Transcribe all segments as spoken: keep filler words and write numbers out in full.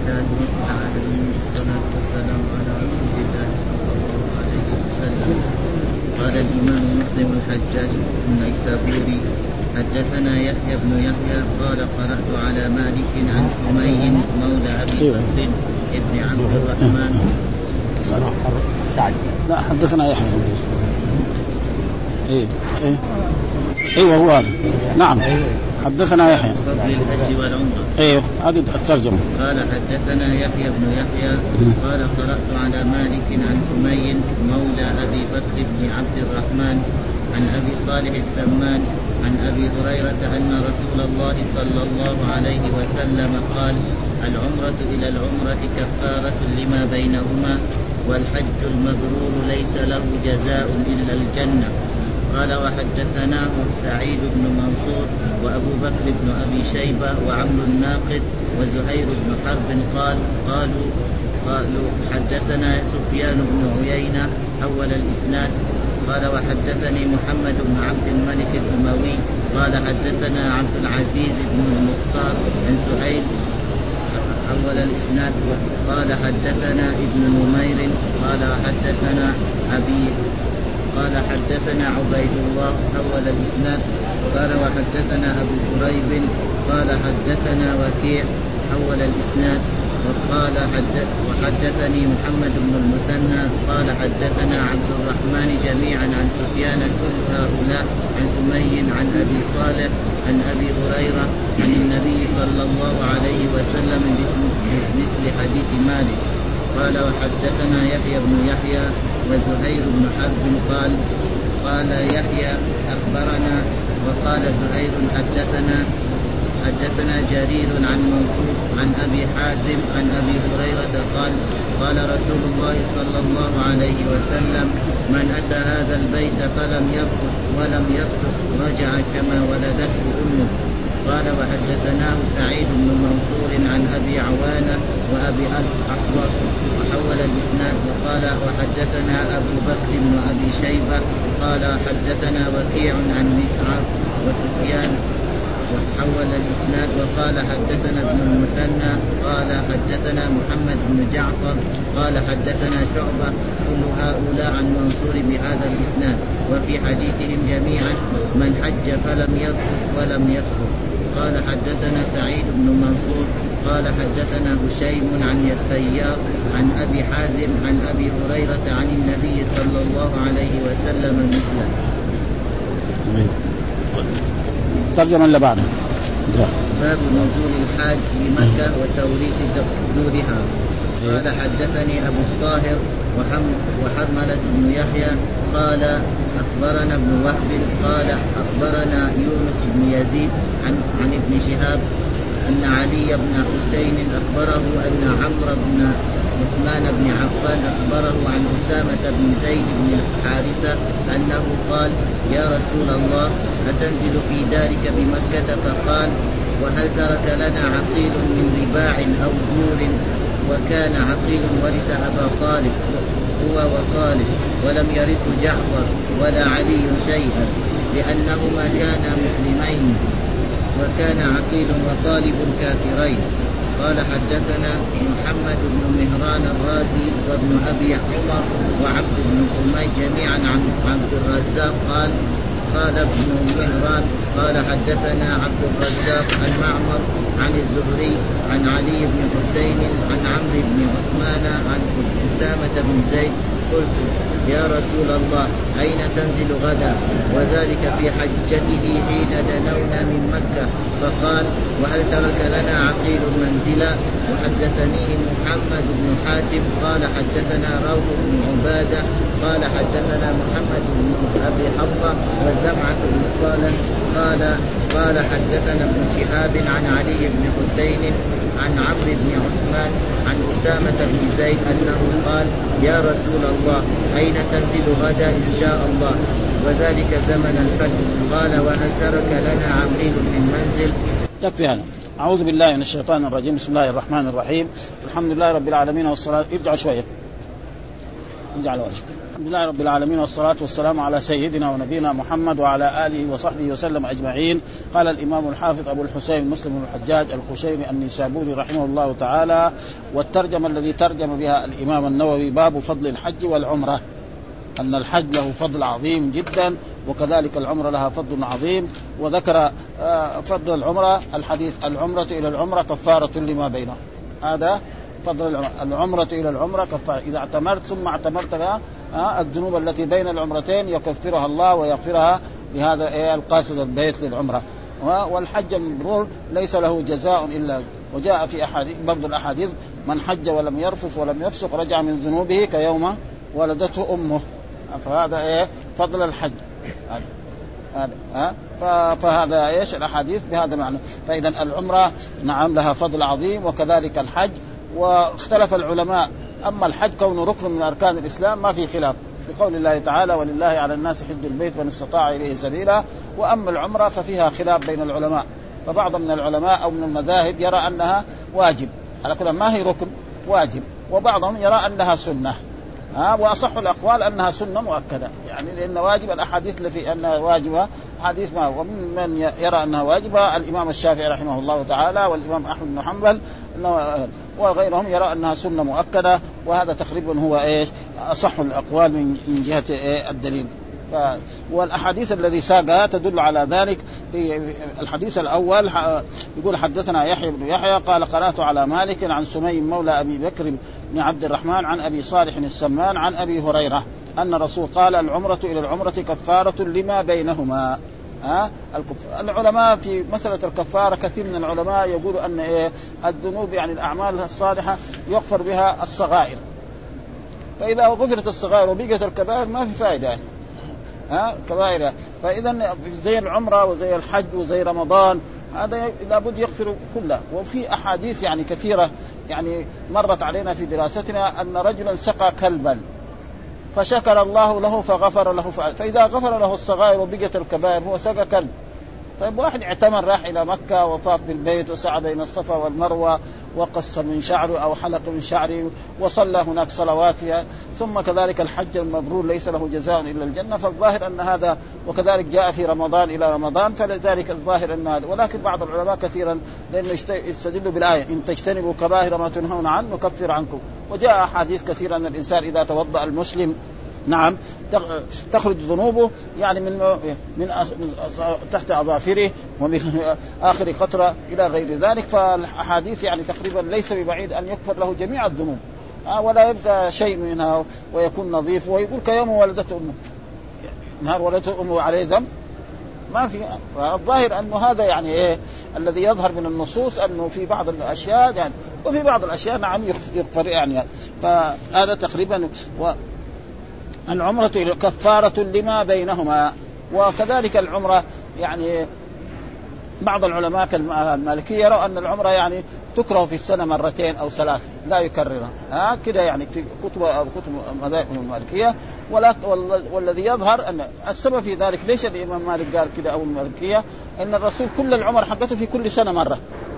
لله رب العالمين والصلاة والسلام على رسول الله صلى الله عليه وسلم. قال الإمام مسلم الحجاج النيسابوري حدثنا يحيى بن يحيى قال قرأت على مالك عن سمي مولى أبي بكر ابن عبد الرحمن سعد. لا حدثنا يحيى ايه ايه ايوه هو هذا. نعم حدثنا يحيى فضل الحج والعمرة. ايه هذه الترجمة. قال حدثنا يحيى بن يحيى قال قرأت على مالك عن سمي مولى أبي بكر بن عبد الرحمن عن أبي صالح السمان عن أبي هريرة أن رسول الله صلى الله عليه وسلم قال: العمرة إلى العمرة كفارة لما بينهما والحج المبرور ليس له جزاء إلا الجنة. قال وحدثناه سعيد بن منصور وأبو بكر بن أبي شيبة وعمرو الناقد وزهير بن حرب قال قالوا قالوا حدثنا سفيان بن عيينة أول الإسناد. قال وحدثني محمد بن عبد الملك الأموي قال حدثنا عبد العزيز بن المختار عن سعيد أول الإسناد. قال حدثنا ابن نمير قال حدثنا أبي قال حدثنا عبيد الله أول الإسناد. قال وحدثنا أبو كريب قال حدثنا وكيع أول الإسناد. وقال حدث وحدثني محمد بن المثنى قال حدثنا عبد الرحمن جميعا عن سفيان كل هؤلاء عن سمي عن أبي صالح عن أبي هريرة عن النبي صلى الله عليه وسلم مثل حديث مالك. قال وحدثنا يحيى بن يحيى وزهير بن حرب قال قال يحيى أخبرنا وقال زهير حدثنا حدثنا جرير عن منصور عن أبي حازم عن أبي هريرة قال قال رسول الله صلى الله عليه وسلم: من أتى هذا البيت فلم يرفث ولم يفسق رجع كما ولدته أمه. قال وحدثناه سعيد بن منصور عن أبي عوانة وأبي أحوص وحول الإسناد. وقال وحدثنا أبو بكر بن أبي شيبة قال حدثنا وكيع عن مسعر وسفيان وحول الإسناد. وقال حدثنا ابن المثنى قال حدثنا محمد بن جعفر قال حدثنا شعبة كل هؤلاء عن منصور بهذا الإسناد. وفي حديثهم جميعا: من حج فلم يرفث ولم يفسق. قال حدثنا سعيد بن منصور قال حدثنا هشيم عن السيار عن أبي حازم عن أبي هريرة عن النبي صلى الله عليه وسلم مثله. ترجمة اللي بعده. باب نزول الحاج في مكة وتوريث دورها. قال حدثني أبو الطاهر وحرملة بن يحيى قال أخبرنا ابن وهب قال أخبرنا يونس بن يزيد عن, عن ابن شهاب أن علي بن حسين أخبره أن عمرو بن عثمان بن عفان أخبره عن أسامة بن زيد بن حارثة أنه قال: يا رسول الله أتنزل في دارك بمكة؟ فقال: وهل ترك لنا عقيل من رباع أو دور؟ وكان عقيل ورث أبا طالب هو وطالب ولم يرث جعفر ولا علي شيئا لأنهما كانا مسلمين وكان عقيل وطالب كافرين. قال حدثنا محمد بن مهران الرازي وابن أبي عمر وعبد بن حميد جميعا عن عبد الرزاق قال قال ابن مهران قال حدثنا عبد الرزاق عن معمر عن الزهري عن علي بن حسين عن عمرو بن عثمان عن أسامة بن زيد. قلت: يا رسول الله أين تنزل غدا؟ وذلك في حجته حين دنونا من مكة. فقال: وهل ترك لنا عقيل منزلا؟ وحدثنيه محمد بن حاتم قال حدثنا روح بن عبادة قال حدثنا محمد بن أبي حفصة وزمعة بن صالح قال قال حدثنا ابن شهاب عن علي بن حسين عن عمرو بن عثمان عن أسامة بن زيد أنه قال: يا رسول الله أين تنزل غدا إن شاء الله؟ وذلك زمن الفتح. قال: وهل ترك لنا عقيل من منزل؟ تكفي هذا. أعوذ بالله من الشيطان الرجيم. بسم الله الرحمن الرحيم. الحمد لله رب العالمين والصلاة. ارجع شوية ارجع لوجهك. الحمد لله رب العالمين والصلاة والسلام على سيدنا ونبينا محمد وعلى آله وصحبه وسلم أجمعين. قال الإمام الحافظ أبو الحسين مسلم بن الحجاج القشيري النيسابوري رحمه الله تعالى: والترجمة الذي ترجم بها الإمام النووي باب فضل الحج والعمرة، أن الحج له فضل عظيم جدا وكذلك العمرة لها فضل عظيم. وذكر فضل العمرة الحديث: العمرة إلى العمرة كفارة لما بينها. هذا فضل العمرة إلى العمرة كفارة، إذا اعتمرت ثم اعتمرت بها الذنوب التي بين العمرتين يكفرها الله ويغفرها بهذا القاصد البيت للعمرة. والحج المبرور ليس له جزاء إلا، وجاء في أحاديث بعض الأحاديث: من حج ولم يرفث ولم يفسق رجع من ذنوبه كيوم ولدته أمه. فهذا إيه فضل الحج هذا. فهذا ايش الأحاديث بهذا المعنى. فإذا العمرة نعم لها فضل عظيم وكذلك الحج. واختلف العلماء، أما الحج كونه ركن من أركان الإسلام ما في خلاف بقول الله تعالى: ولله على الناس حج البيت من استطاع إليه سبيلا. وأما العمرة ففيها خلاف بين العلماء، فبعض من العلماء أو من المذاهب يرى أنها واجب، على كل ما هي ركن واجب، وبعضهم يرى أنها سنة. ها وأصح الأقوال أنها سنة مؤكدة، يعني لأن واجب الأحاديث اللي في أنها واجبة حديث ما. ومن من يرى أنها واجبة الإمام الشافعي رحمه الله تعالى والإمام أحمد بن حنبل وغيرهم يرى أنها سنة مؤكدة. وهذا تقريبا هو إيش أصح الأقوال من جهة إيه الدليل. ف... والأحاديث الذي ساقها تدل على ذلك. في الحديث الأول يقول: حدثنا يحيى بن يحيى قال: قرأت على مالك عن سمي مولى أبي بكر بن عبد الرحمن عن أبي صالح السمان عن أبي هريرة أن الرسول قال: العمرة إلى العمرة كفارة لما بينهما. ها العلماء في مسألة الكفارة كثير من العلماء يقولوا أن إيه الذنوب يعني الأعمال الصالحة يغفر بها الصغائر، فإذا غفرت الصغائر وبقت الكبائر ما في فائدة يعني. ها كبائر. فإذا زي العمرة وزي الحج وزي رمضان هذا لابد يغفر كله. وفي أحاديث يعني كثيرة يعني مرت علينا في دراستنا أن رجلا سقى كلبا فشكر الله له فغفر له، فإذا غفر له الصغائر وبقت الكبائر هو سقى كلب. طيب واحد اعتمر راح إلى مكة وطاف بالبيت وسعى بين الصفا والمروة وقص من شعره أو حلق من شعره وصلى هناك صلواتها، ثم كذلك الحج المبرور ليس له جزاء إلا الجنة. فالظاهر أن هذا، وكذلك جاء في رمضان إلى رمضان، فلذلك الظاهر أن هذا. ولكن بعض العلماء كثيرا لأنه يستدلوا بالآية: إن تجتنبوا كبائر ما تنهون عنه نكفر عنكم. وجاء أحاديث كثيرا أن الإنسان إذا توضأ المسلم نعم تخرج ذنوبه يعني من من تحت أظافره ومن آخر قطرة إلى غير ذلك. فالأحاديث يعني تقريبا ليس ببعيد أن يغفر له جميع الذنوب ولا يبقى شيء منها ويكون نظيف. ويقول كيوم ولدته أمه، نهار ولدته أمه عليه ذنب ما في. الظاهر أنه هذا يعني إيه الذي يظهر من النصوص أنه في بعض الأشياء يعني، وفي بعض الأشياء نعم يغفر يعني. فهذا تقريبا. و العمرة كفارة لما بينهما. وكذلك العمرة يعني بعض العلماء المالكية يروا أن العمرة يعني تكره في السنة مرتين أو ثلاث لا يكررها. ها كده يعني في كتب كتب مذاهب المالكية. والذي يظهر أن السبب في ذلك ليس الإمام مالك قال كده أو المالكية، أن الرسول كل العمر حقته في كل سنة مرة.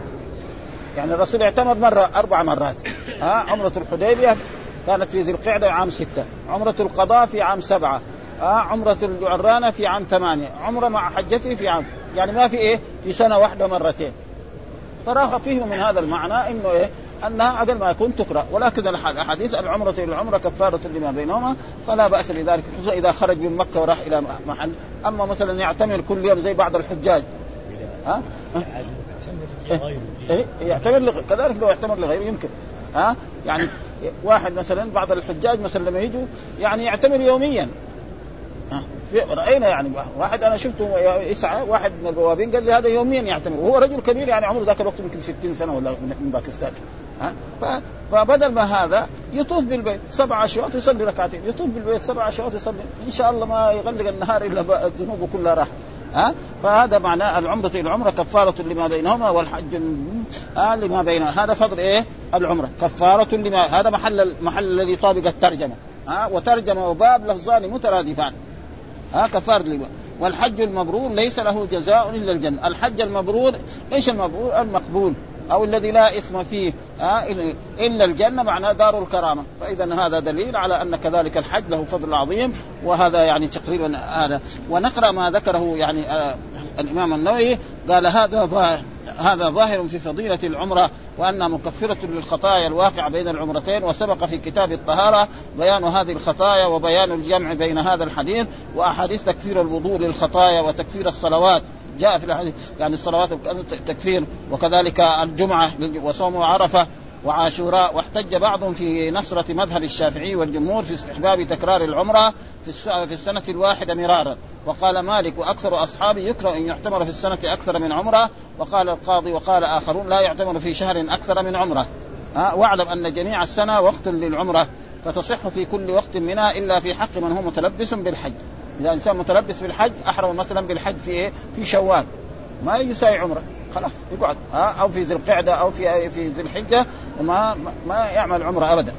يعني الرسول اعتمر مرة أربع مرات. ها عمرة الحديبية كانت في ذي القعدة عام ستة، عمرة القضاء في عام سبعة، آه عمرة الجعرانة في عام ثمانية، عمرة مع حجته في عام، يعني ما في إيه في سنة واحدة مرتين. فراح فيه من هذا المعنى إنه إيه أنها أقل ما يكون تقرأ. ولكن الحديث: العمرة إلى العمرة كفارة لما بينهما، فلا بأس بذلك خصوصا إذا خرج من مكة وراح إلى محل. أما مثلا يعتمر كل يوم زي بعض الحجاج ها إيه؟ إيه؟ يعتمر كذلك لو يعتمر لغيره يمكن. ها يعني واحد مثلا بعض الحجاج مثلا لما يجوا يعني يعتمر يوميا. رأينا يعني واحد أنا شفته يسعى واحد من البوابين قال لي هذا يوميا يعتمر، وهو رجل كبير يعني عمره ذاك الوقت يمكن ستين سنة ولا من باكستان. ها فبدل ما هذا يطوف بالبيت سبع أشواط يصلي ركعتين، يطوف بالبيت سبع أشواط يصلي، إن شاء الله ما يغلق النهار إلا ذنوبه كلها راح. ها فهذا معناه العمرة إلى العمرة كفارة لما بينهما والحج آه لما بينهما. هذا فضل إيه العمرة كفارة لما، هذا محل المحل الذي طابق الترجمة. ها وترجمة وباب لفظان مترادفان. ها كفارة لما. والحج المبرور ليس له جزاء إلا الجنة. الحج المبرور ايش المبرور؟ المقبول. أو الذي لا إثم فيه آه إن الجنة معناه دار الكرامة. فإذا هذا دليل على أن كذلك الحج له فضل عظيم، وهذا يعني تقريبا هذا. ونقرأ ما ذكره يعني آه الإمام النووي قال هذا ظاهر هذا ظاهر في فضيلة العمرة وأنها مكفرة للخطايا الواقعة بين العمرتين، وسبق في كتاب الطهارة بيان هذه الخطايا وبيان الجمع بين هذا الحديث وأحاديث تكفير الوضوء للخطايا وتكفير الصلوات جاء في الحديث يعني الصلوات تكفير، وكذلك الجمعة وصوم عرفة وعاشوراء. واحتج بعضهم في نصرة مذهب الشافعي والجمهور في استحباب تكرار العمرة في السنة الواحدة مرارا. وقال مالك وأكثر أصحابي يكره أن يعتمر في السنة أكثر من عمرة. وقال القاضي وقال آخرون لا يعتمر في شهر أكثر من عمرة. أه؟ واعلم أن جميع السنة وقت للعمرة، فتصح في كل وقت منها إلا في حق من هو متلبس بالحج. إذا إنسان متلبس بالحج أحرم مثلا بالحج في إيه؟ في شوال ما يساوي عمره خلاص يقعد، أه؟ أو في ذي القعدة أو في في ذي الحجة وما ما يعمل عمره أبدا،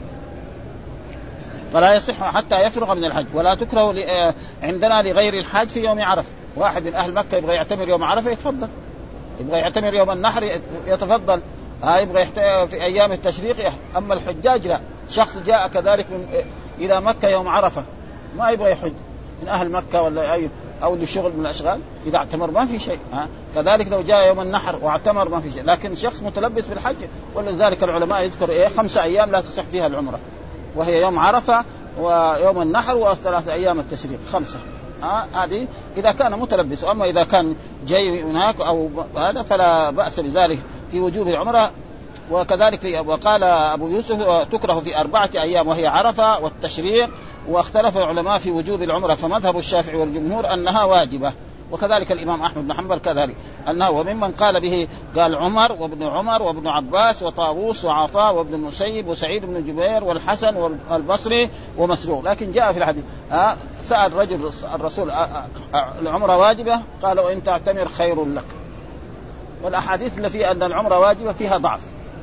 فلا يصح حتى يفرغ من الحج. ولا تكره عندنا لغير الحاج في يوم عرفة. واحد من أهل مكة يبغى يعتمر يوم عرفة يتفضل، يبغى يعتمر يوم النحر يتفضل، ها يبغى في أيام التشريق. أما الحجاج لا، شخص جاء كذلك من إلى مكة يوم عرفة ما يبغى يحج من أهل مكة ولا أي أو للشغل من الأشغال، إذا اعتمر ما في شيء. ها كذلك لو جاء يوم النحر واعتمر ما في شيء. لكن شخص متلبس بالحج، ولذلك العلماء يذكر إيه خمسة أيام لا تصح فيها العمرة، وهي يوم عرفة ويوم النحر وثلاثة أيام التشريق، خمسة. هذه آه إذا كان متلبس. أما إذا كان جاي هناك أو هذا فلا بأس بذلك في وجوب العمرة. وكذلك في وقال أبو يوسف تكره في أربعة أيام وهي عرفة والتشريق. واختلف العلماء في وجوب العمرة، فمذهب الشافعي والجمهور أنها واجبة، وكذلك الإمام أحمد بن حنبل كذلك أنه. وممن قال به قال عمر وابن عمر وابن عباس وطاووس وعطاء وابن المسيب وسعيد بن جبير والحسن والبصري ومسروق. لكن جاء في الحديث آه سأل رجل الرسول آه آه العمرة واجبة؟ قال وإن تعتمر خير لك. والأحاديث اللي فيها أن العمرة واجبة فيها ضعف،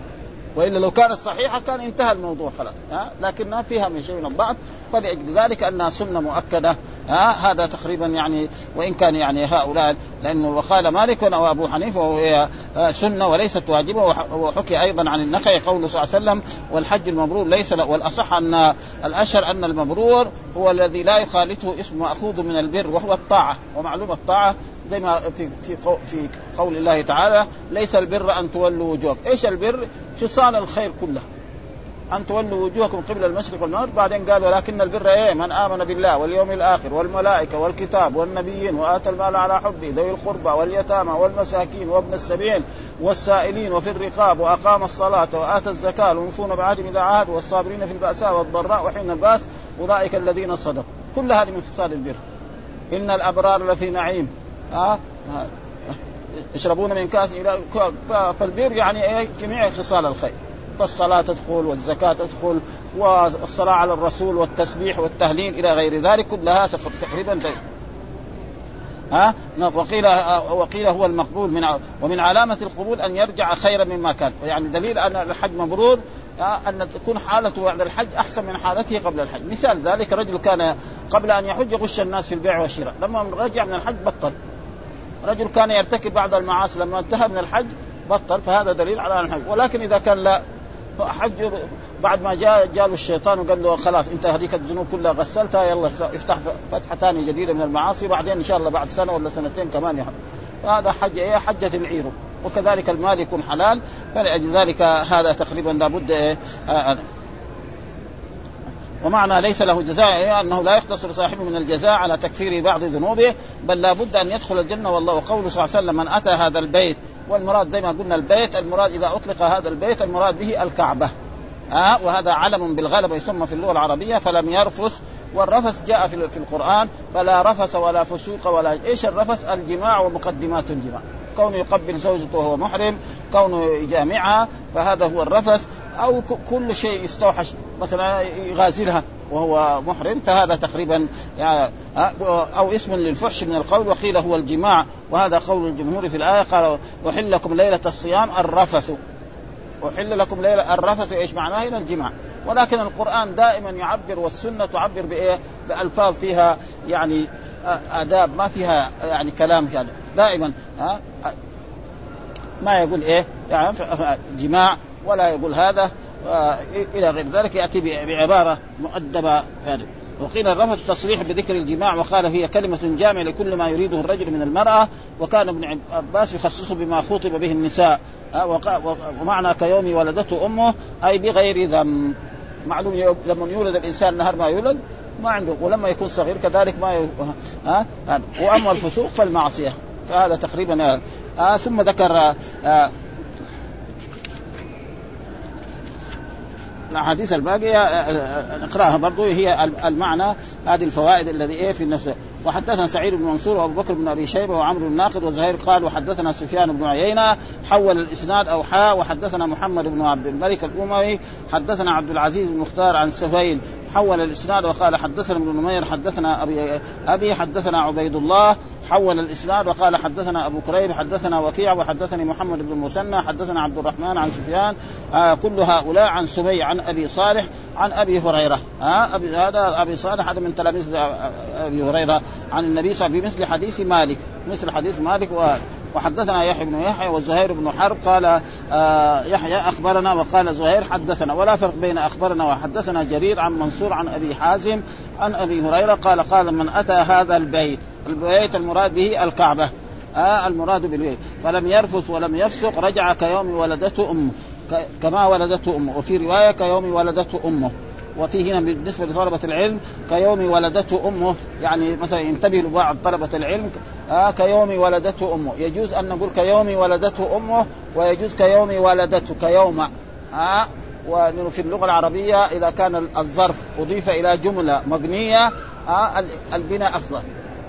وإلا لو كانت صحيحة كان انتهى الموضوع خلاص. ها لكنها فيها من شيء من الضعف، فلأجل ذلك أنها سنة مؤكدة. ها هذا تقريبا يعني، وإن كان يعني هؤلاء لأنه وقال مالك وأبو حنيفة وهي سنة وليست واجبة. وحكي أيضا عن النخعي قوله صلى الله عليه وسلم والحج المبرور ليس له. والأصح أن الأشهر أن المبرور هو الذي لا يخالطه اسم مأخوذ من البر وهو الطاعة. ومعلومة الطاعة زي ما في في في قول الله تعالى ليس البر أن تولوا وجوهكم. إيش البر؟ خصال الخير كله، أن تولوا وجوهكم قبل المشرق والمغرب. بعدين قال ولكن البر إيه؟ من آمن بالله واليوم الآخر والملائكة والكتاب والنبيين وآتى المال على حبه ذوي القربى واليتامى والمساكين وابن السبيل والسائلين وفي الرقاب وأقام الصلاة وآتى الزكاة والموفون بعهدهم إذا عاهدوا والصابرين في البأساء والضراء وحين البأس أولئك الذين صدقوا. كل هذه من خصال البر. إن الأبرار لفي نعيم آه يشربون من كاس إلى. فالبر يعني إيه؟ جميع خصال الخير. فالصلاة تدخل والزكاة تدخل والصلاة على الرسول والتسبيح والتهليل إلى غير ذلك كلها تقريبا. ها وقيل وقيل هو المقبول من ومن علامة القبول أن يرجع خيرا مما كان. يعني دليل أن الحج مبرور أن تكون حالته بعد الحج أحسن من حالته قبل الحج. مثال ذلك رجل كان قبل أن يحج يغش الناس في البيع والشراء، لما رجع من الحج بطل. رجل كان يرتكب بعض المعاصي لما انتهى من الحج بطل، فهذا دليل على الحج. ولكن إذا كان لا حج بعد ما جاء جاله الشيطان وقال له خلاص انت هذيك الذنوب كلها غسلتها يلا افتح فتحة ثانية جديدة من المعاصي بعدين ان شاء الله بعد سنة ولا سنتين كمان يحج. هذا حج ايه؟ حجة العير. وكذلك المال يكون حلال. فلأجل ذلك هذا تقريبا لابد ايه آه ومعنى ليس له جزاء إيه؟ أنه لا يقتصر صاحبه من الجزاء على تكفير بعض ذنوبه، بل لابد أن يدخل الجنة. والله وقوله صلى الله عليه وسلم من أتى هذا البيت. والمراد زي ما قلنا البيت، المراد إذا أطلق هذا البيت المراد به الكعبة. آه وهذا علم بالغلبة يسمى في اللغة العربية. فلم يرفث. والرفث جاء في القرآن فلا رفث ولا فسوق ولا. إيش الرفث؟ الجماع ومقدمات الجماع، كونه يقبل زوجته وهو محرم، كونه يجامعها، فهذا هو الرفث. أو كل شيء يستوحش مثلا يغازلها وهو محرم، فهذا تقريبا يعني أو اسم للفحش من القول. وقيل هو الجماع، وهذا قول الجمهور في الآية. قال وحل لكم ليلة الصيام الرفث. وحل لكم ليلة الرفث إيش معناه؟ هنا الجماع. ولكن القرآن دائما يعبر والسنة تعبر بإيه؟ بألفاظ فيها يعني آداب، ما فيها يعني كلام كذا دائما. ها ما يقول إيه يعني جماع ولا يقول هذا إلى غير ذلك، يأتي بعبارة مؤدبة يعني. وقيل الرفض التصريح بذكر الجماع، وقال هي كلمة جامعة لكل ما يريده الرجل من المرأة، وكان ابن عباس يخصصه بما خطب به النساء. ومعنى كيوم ولدته أمه أي بغير ذنب. معلوم لما يولد الإنسان نهار ما يولد ما عنده، ولما يكون صغير كذلك ما ي... ها ها. وأما الفسوق فالمعصية، فهذا تقريبا. آه ثم ذكر آه الأحاديث الباقية نقرأها برضو، هي المعنى هذه الفوائد الذي إيه في النفس. وحدثنا سعيد بن منصور وأبو بكر بن أبي شيبة وعمرو الناقد وزهير قال وحدثنا سفيان بن عيينة حول الإسناد أو حاء. وحدثنا محمد بن عبد الملك الأموي حدثنا عبد العزيز بن مختار عن سفيان حول الإسناد وقال حدثنا ابن نمير حدثنا أبي, أبي حدثنا عبيد الله حول الإسناد وقال حدثنا أبو كريب حدثنا وكيع وحدثني محمد بن المثنى حدثنا عبد الرحمن عن سفيان آه كل هؤلاء عن سمي عن أبي صالح عن أبي هريرة. آه أبي هذا أبي صالح هذا من تلاميذ أبي هريرة عن النبي صلى الله عليه وسلم بمثل حديث مالك مثل حديث مالك. و وحدثنا يحيى بن يحيى وزهير بن حرب قال آه يحيى أخبرنا وقال زهير حدثنا، ولا فرق بين أخبرنا وحدثنا. جرير عن منصور عن أبي حازم عن أبي هريرة قال قال من أتى هذا البيت، البيت المراد به الكعبة آه المراد بالبيت، فلم يرفث ولم يفسق رجع كيوم ولدته أمه كما ولدته أمه. وفي رواية كيوم ولدته أمه. وفي هنا بالنسبة لطلبة العلم كيوم ولدته أمه، يعني مثلا ينتبه لبعض طلبة العلم آه كيوم ولدته أمه، يجوز أن نقول كيوم ولدته أمه ويجوز كيوم ولدته كيوم آه وفي اللغة العربية إذا كان الظرف أضيف إلى جملة مبنية آه البناء أفضل،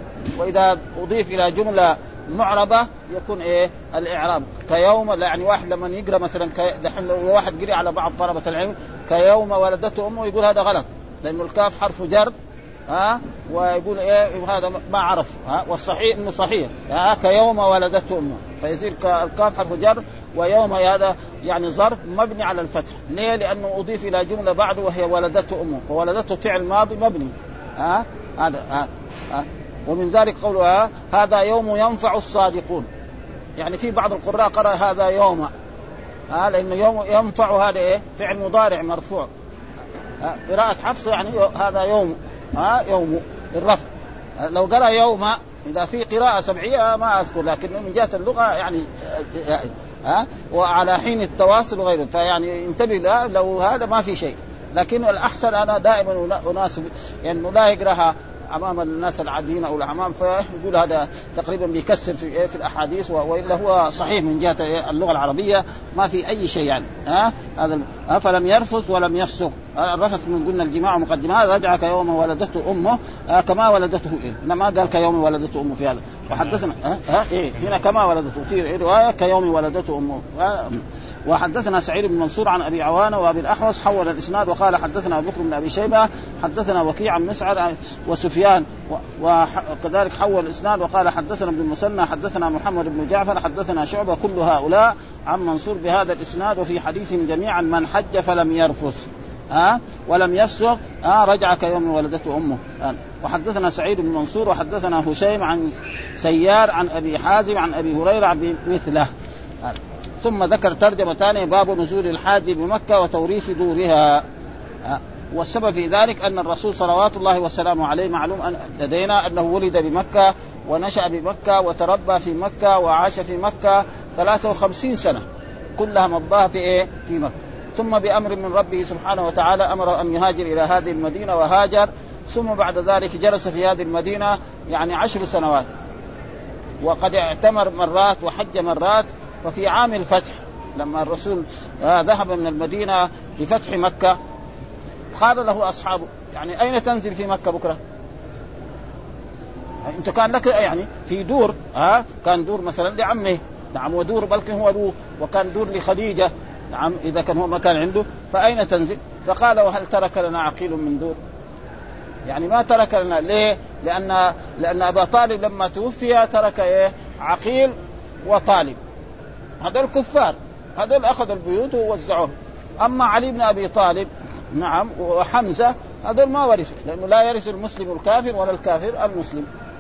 وإذا أضيف إلى جملة معربة يكون إيه الإعراب كيوم. يعني واحد لما يقرأ مثلا دحين لو واحد قرأ على بعض طلبة العلم كيوم ولدته أمه يقول هذا غلط، لأنه الكاف حرف جر ها ويقول إيه هذا ما عرف ها، والصحيح إنه صحيح ها كيوم ولدته أمه، فيصير الكاف حرف جر ويوم هذا يعني ظرف مبني على الفتح. ليه؟ لأنه أضيف إلى جملة بعده وهي ولدته أمه، وولدته فعل ماضي مبني ها هذا ها, ها. ومن ذلك قولها هذا يوم ينفع الصادقون، يعني في بعض القراء قرأ هذا يوم ها لأنه يوم ينفع هذا إيه فعل مضارع مرفوع. قراءة حفص يعني هذا يوم ها يوم الرفع. لو قرأ يوم إذا في قراءة سبعية ما أذكر، لكن من جهة اللغة يعني ها وعلى حين التواصل وغيره، فيعني انتبه له لو هذا ما في شيء. لكن الأحسن أنا دائما أناسب يعني لا يقرأها أمام الناس العاديين أو الأمام، فيقول هذا تقريبا بيكسر في في الأحاديث، وإلا هو صحيح من جهة اللغة العربية ما في أي شيء يعني ها هذا. فلم يرفث ولم يفسق. الرفث من قلنا الجماع مقدمات رجع كيوم ولدته أمه كما ولدته إيه، إنما قال كيوم ولدته أمه في هذا. وحدثنا ها, ها إيه هنا كما ولدته في رواية كيوم ولدته أمه. وحدثنا سعيد بن منصور عن أبي عوانة وأبي الأحوص حول الإسناد وقال حدثنا أبو بكر بن أبي شيبة حدثنا وكيع عن مسعر وسفيان وكذلك حول الإسناد وقال حدثنا ابن المثنى حدثنا محمد بن جعفر حدثنا شعبة كل هؤلاء عن منصور بهذا الإسناد. وفي حديثهم جميعا من حج فلم يرفث ها ولم يفسق ها رجع كيوم ولدته أمه. وحدثنا سعيد بن منصور وحدثنا هشيم عن سيار عن أبي حازم عن أبي هريرة بمثله. ثم ذكر ترجمة ثانية باب نزول الحاج بمكة وتوريث دورها. والسبب في ذلك أن الرسول صلوات الله وسلامه عليه معلوم أن لدينا أنه ولد بمكة ونشأ بمكة وتربى في مكة وعاش في مكة ثلاثة وخمسين سنة كلها مضاها في إيه في مكة. ثم بأمر من ربه سبحانه وتعالى أمر أن يهاجر إلى هذه المدينة وهاجر، ثم بعد ذلك جلس في هذه المدينة يعني عشر سنوات، وقد اعتمر مرات وحج مرات. ففي عام الفتح لما الرسول ذهب من المدينة لفتح مكة قال له أصحابه يعني أين تنزل في مكة بكرة؟ أنت كان لك يعني في دور ها كان دور مثلا لعمه نعم ودور بلكن هو له، وكان دور لخديجة نعم إذا كان هو ما كان عنده، فأين تنزل؟ فقال وهل ترك لنا عقيل من دور؟ يعني ما ترك لنا. ليه؟ لأن لأن أبا طالب لما توفي ترك إيه عقيل وطالب، هذا الكفار هذا أخذ البيوت ووزعوه. أما علي بن أبي طالب نعم وحمزة هذول ما ورثوا، لأنه لا يرث المسلم الكافر ولا الكافر المسلم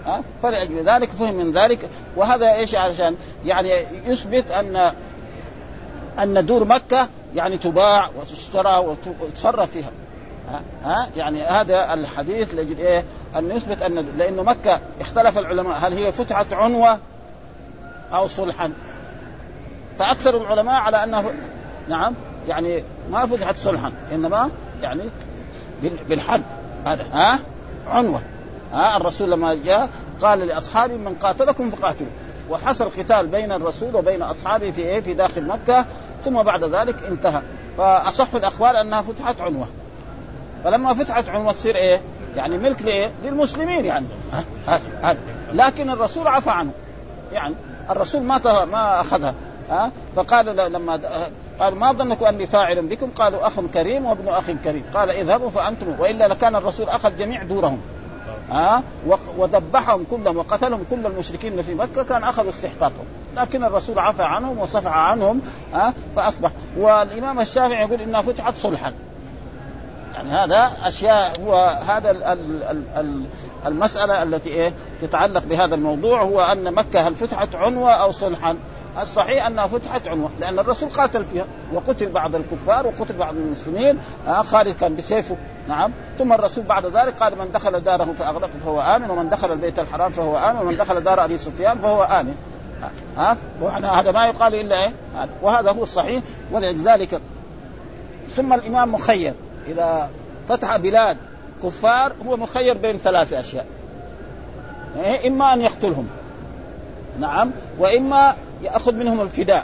ها فلأجل ذلك فهم من ذلك. وهذا ايش عشان يعني يثبت ان ان دور مكة يعني تباع وتشترى وتصرف فيها. ها, ها يعني هذا الحديث لأجل ايه ان يثبت ان لانه مكة اختلف العلماء هل هي فتحت عنوة او صلحا، فاكثر العلماء على انه نعم يعني ما فتحت صلحا انما يعني بالحرب هذا ها عنوة. ها الرسول لما جاء قال لاصحابه من قاتلكم فقاتلوا، وحصل قتال بين الرسول وبين اصحابه في ايه في داخل مكة، ثم بعد ذلك انتهى. فاصح الاخبار انها فتحت عنوة، فلما فتحت عنوة تصير ايه يعني ملك لايه للمسلمين يعني هذا هذا، لكن الرسول عفى عنه يعني الرسول ما ما اخذها. ها فقال لما قال ما ظنكم اني فاعل بكم، قالوا اخ كريم وابن اخ كريم، قال اذهبوا فانتم، والا لكان الرسول اخذ جميع دورهم ها وذبحهم كلهم وقتلهم كل المشركين في مكة، كان اخذوا استحقاقهم، لكن الرسول عفى عنهم وصفح عنهم ها فاصبح. والامام الشافعي يقول انها فتحت صلحا، يعني هذا اشياء هو هذا ال ال ال ال المسألة التي ايه تتعلق بهذا الموضوع، هو ان مكة هل فتحت عنوة او صلحا. الصحيح أنها فتحت عنوة لأن الرسول قاتل فيها وقتل بعض الكفار وقتل بعض المسلمين. آه خالد كان بسيفه نعم. ثم الرسول بعد ذلك قال من دخل داره فأغلقه فهو آمن، ومن دخل البيت الحرام فهو آمن، ومن دخل دار أبي سفيان فهو آمن. آه هذا ما يقال إلا إيه، وهذا هو الصحيح. ولذلك ثم الإمام مخير إذا فتح بلاد كفار هو مخير بين ثلاث أشياء، إيه إما أن يقتلهم نعم، وإما يأخذ منهم الفداء،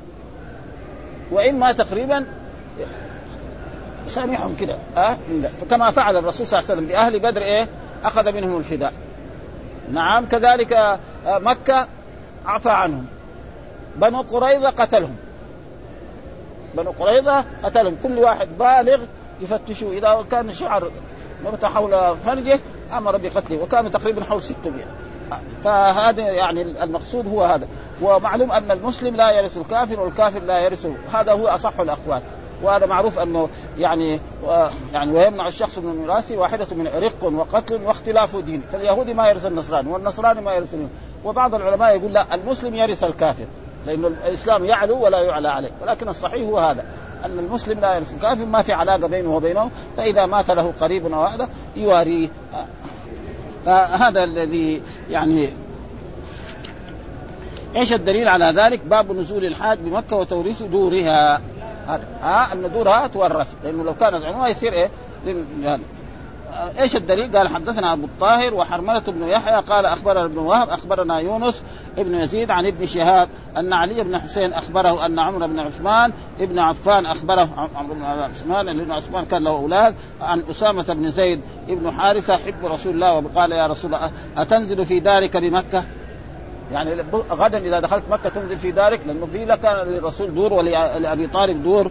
وإما تقريبا يسامحهم كده. أه؟ فكما فعل الرسول صلى الله عليه وسلم بأهل بدر إيه أخذ منهم الفداء نعم. كذلك مكة عفى عنهم. بنو قريظة قتلهم، بنو قريظة قتلهم كل واحد بالغ يفتشوا إذا كان شعر نبت حول فرجه أمر بقتله، وكانوا تقريبا حول ستمائة. فهذا يعني المقصود هو هذا. ومعلوم أن المسلم لا يرث الكافر والكافر لا يرثه، هذا هو أصح الأقوال. وهذا معروف أنه يعني يعني ويمنع الشخص من الميراث واحدة من عرق وقتل واختلاف دين، فاليهودي ما يرث النصراني والنصراني ما يرث اليهودي. وبعض العلماء يقول لا المسلم يرث الكافر لأن الإسلام يعلو ولا يعلى عليه، ولكن الصحيح هو هذا أن المسلم لا يرث الكافر، ما في علاقة بينه وبينه، فإذا مات له قريب أو هذا يواريه. هذا الذي يعني ايش الدليل على ذلك؟ باب نزول الحاج بمكة وتوريث دورها. ها ان دورها تورث، لانه لو كانت عنوة يصير ايه يعني. ايش الدليل؟ قال حدثنا ابو الطاهر وحرملة بن يحيى قال اخبرنا ابن وهب اخبرنا يونس ابن يزيد عن ابن شهاب ان علي بن حسين اخبره ان عمرو بن عثمان ابن عفان اخبره عمرو بن عثمان لان عثمان كان له اولاد عن اسامة بن زيد ابن حارثة حب رسول الله، وقال يا رسول الله اتنزل في دارك بمكة؟ يعني غدا إذا دخلت مكة تنزل في دارك، لأنه في كان للرسول دور ولأبي طالب دور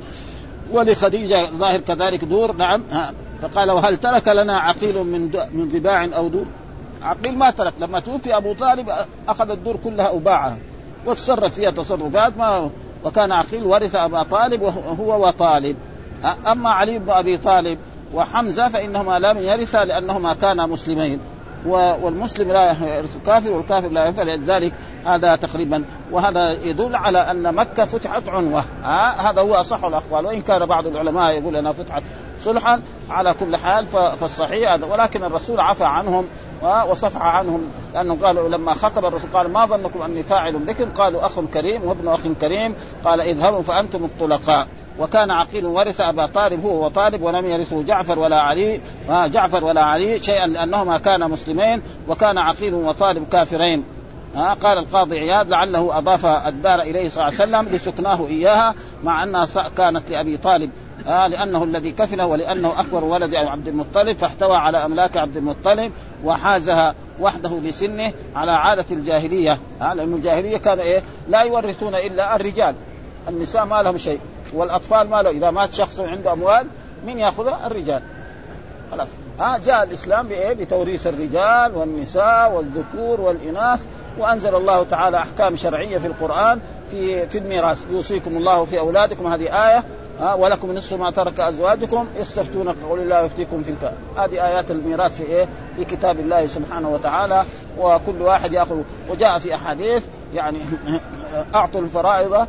ولخديجة ظاهر كذلك دور نعم. فقال وهل ترك لنا عقيل من من ضباع أو دور؟ عقيل ما ترك، لما توفي أبو طالب أخذ الدور كلها وباعها وتصرف فيها تصرفات ما، وكان عقيل ورث أبا طالب وهو وطالب. أما علي بن أبي طالب وحمزة فإنهما لم يرثا لأنهما كانا مسلمين، والمسلم لا يرث الكافر والكافر لا يرث، لذلك هذا تقريبا. وهذا يدل على أن مكة فتحت عنوة. هذا هو أصح الأقوال، وإن كان بعض العلماء يقول أنها فتحت صلحا. على كل حال فالصحيح هذا، ولكن الرسول عفى عنهم وصفح عنهم، لأنه قالوا لما خطب الرسول قال ما ظنكم أني فاعل بكم؟ قالوا أخ كريم وابن أخ كريم، قال اذهبوا فأنتم الطلقاء. وكان عقيل ورث أبا طالب هو وطالب، ولم يرثه جعفر ولا علي جعفر ولا علي شيئا لأنهما كانا مسلمين، وكان عقيل وطالب كافرين. ها قال القاضي عياض لعله أضاف الدار إليه صلى الله عليه وسلم لسكناه إياها مع أنها كانت لأبي طالب، آه لأنه الذي كفله ولأنه أكبر ولد عبد المطلب، فاحتوى على أملاك عبد المطلب وحازها وحده لسنه على عادة الجاهلية. آه لأن الجاهلية كان إيه لا يورثون إلا الرجال، النساء ما لهم شيء، والأطفال ما له. إذا مات شخص عنده أموال من يأخذها؟ الرجال. خلاص ها جاء الإسلام بإيه؟ بتوريث الرجال والنساء والذكور والإناث، وأنزل الله تعالى أحكام شرعية في القرآن في في الميراث. يوصيكم الله في أولادكم، هذه آية ها ولكم نصف ما ترك أزواجكم يستفتونك قول الله يفتيكم في الكلام. هذه آيات الميراث في إيه في كتاب الله سبحانه وتعالى، وكل واحد يأخذ. وجاء في أحاديث يعني أعطوا الفرائض